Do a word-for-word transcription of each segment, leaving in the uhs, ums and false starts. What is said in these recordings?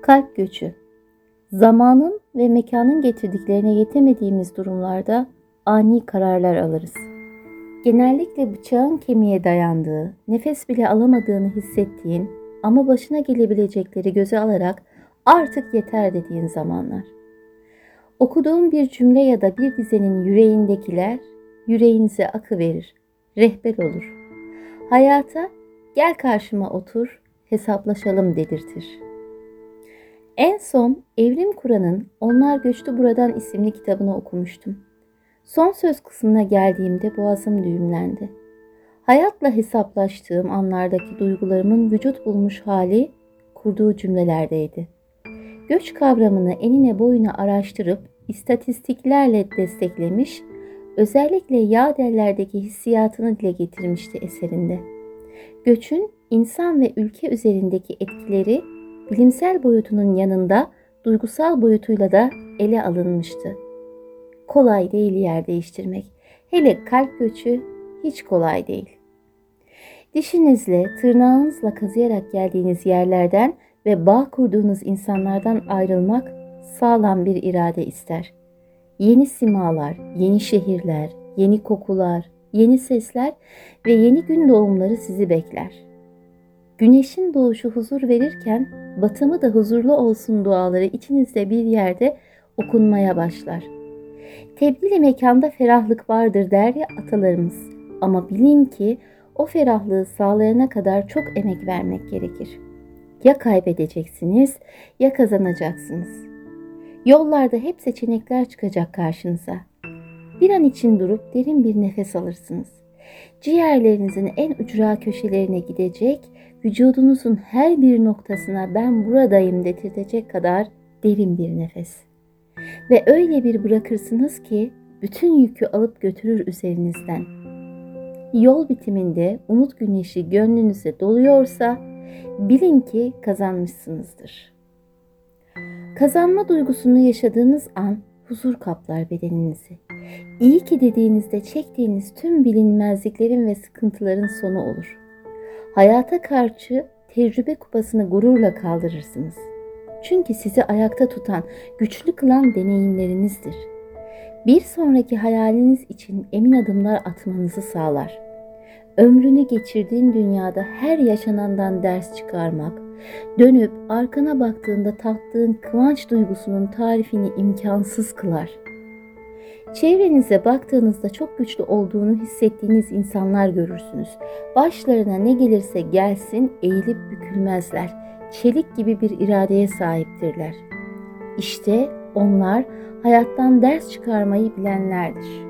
Kalp göçü. Zamanın ve mekanın getirdiklerine yetemediğimiz durumlarda ani kararlar alırız. Genellikle bıçağın kemiğe dayandığı, nefes bile alamadığını hissettiğin ama başına gelebilecekleri göze alarak artık yeter dediğin zamanlar. Okuduğun bir cümle ya da bir dizenin yüreğindekiler yüreğinize akıverir, rehber olur. Hayata gel karşıma otur, hesaplaşalım dedirtir. En son Evrim Kur'an'ın Onlar Göçtü Buradan isimli kitabını okumuştum. Son söz kısmına geldiğimde boğazım düğümlendi. Hayatla hesaplaştığım anlardaki duygularımın vücut bulmuş hali kurduğu cümlelerdeydi. Göç kavramını enine boyuna araştırıp istatistiklerle desteklemiş, özellikle Yadeller'deki hissiyatını dile getirmişti eserinde. Göçün insan ve ülke üzerindeki etkileri bilimsel boyutunun yanında duygusal boyutuyla da ele alınmıştı. Kolay değil yer değiştirmek. Hele kalp göçü hiç kolay değil. Dişinizle, tırnağınızla kazıyarak geldiğiniz yerlerden ve bağ kurduğunuz insanlardan ayrılmak sağlam bir irade ister. Yeni simalar, yeni şehirler, yeni kokular, yeni sesler ve yeni gün doğumları sizi bekler. Güneşin doğuşu huzur verirken batımı da huzurlu olsun duaları içinizde bir yerde okunmaya başlar. Tebdili mekanda ferahlık vardır der ya atalarımız. Ama bilin ki o ferahlığı sağlayana kadar çok emek vermek gerekir. Ya kaybedeceksiniz ya kazanacaksınız. Yollarda hep seçenekler çıkacak karşınıza. Bir an için durup derin bir nefes alırsınız. Ciğerlerinizin en ücra köşelerine gidecek, vücudunuzun her bir noktasına ben buradayım dedirtecek kadar derin bir nefes. Ve öyle bir bırakırsınız ki bütün yükü alıp götürür üzerinizden. Yol bitiminde umut güneşi gönlünüze doluyorsa bilin ki kazanmışsınızdır. Kazanma duygusunu yaşadığınız an huzur kaplar bedeninizi. İyi ki dediğinizde çektiğiniz tüm bilinmezliklerin ve sıkıntıların sonu olur. Hayata karşı tecrübe kupasını gururla kaldırırsınız. Çünkü sizi ayakta tutan, güçlü kılan deneyimlerinizdir. Bir sonraki hayaliniz için emin adımlar atmanızı sağlar. Ömrünü geçirdiğin dünyada her yaşanandan ders çıkarmak, dönüp arkana baktığında tattığın kıvanç duygusunun tarifini imkansız kılar. Çevrenize baktığınızda çok güçlü olduğunu hissettiğiniz insanlar görürsünüz. Başlarına ne gelirse gelsin eğilip bükülmezler. Çelik gibi bir iradeye sahiptirler. İşte onlar hayattan ders çıkarmayı bilenlerdir.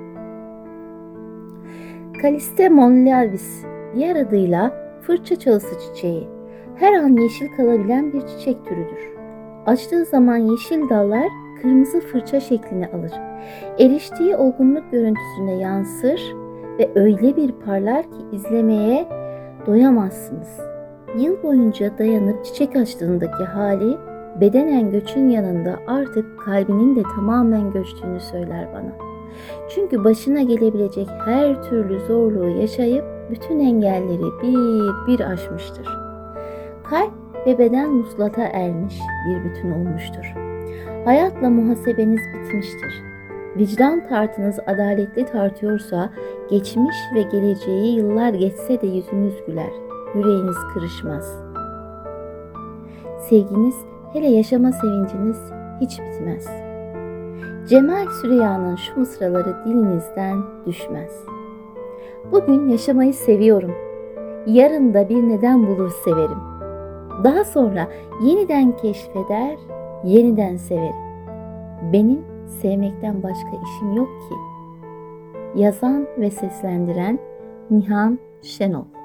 Callistemon laevis, diğer adıyla fırça çalısı çiçeği, her an yeşil kalabilen bir çiçek türüdür. Açtığı zaman yeşil dallar kırmızı fırça şeklini alır. Eriştiği olgunluk görüntüsüne yansır ve öyle bir parlar ki izlemeye doyamazsınız. Yıl boyunca dayanıp çiçek açtığındaki hali, bedenen göçün yanında artık kalbinin de tamamen göçtüğünü söyler bana. Çünkü başına gelebilecek her türlü zorluğu yaşayıp bütün engelleri bir bir aşmıştır. Kalp ve beden vuslata ermiş bir bütün olmuştur. Hayatla muhasebeniz bitmiştir. Vicdan tartınız adaletli tartıyorsa, geçmiş ve geleceği yıllar geçse de yüzünüz güler, yüreğiniz kırışmaz. Sevginiz, hele yaşama sevinciniz hiç bitmez. Cemal Süreyya'nın şu mısraları dilinizden düşmez. Bugün yaşamayı seviyorum. Yarın da bir neden bulur severim. Daha sonra yeniden keşfeder, yeniden severim. Benim sevmekten başka işim yok ki. Yazan ve seslendiren Nihan Şenol.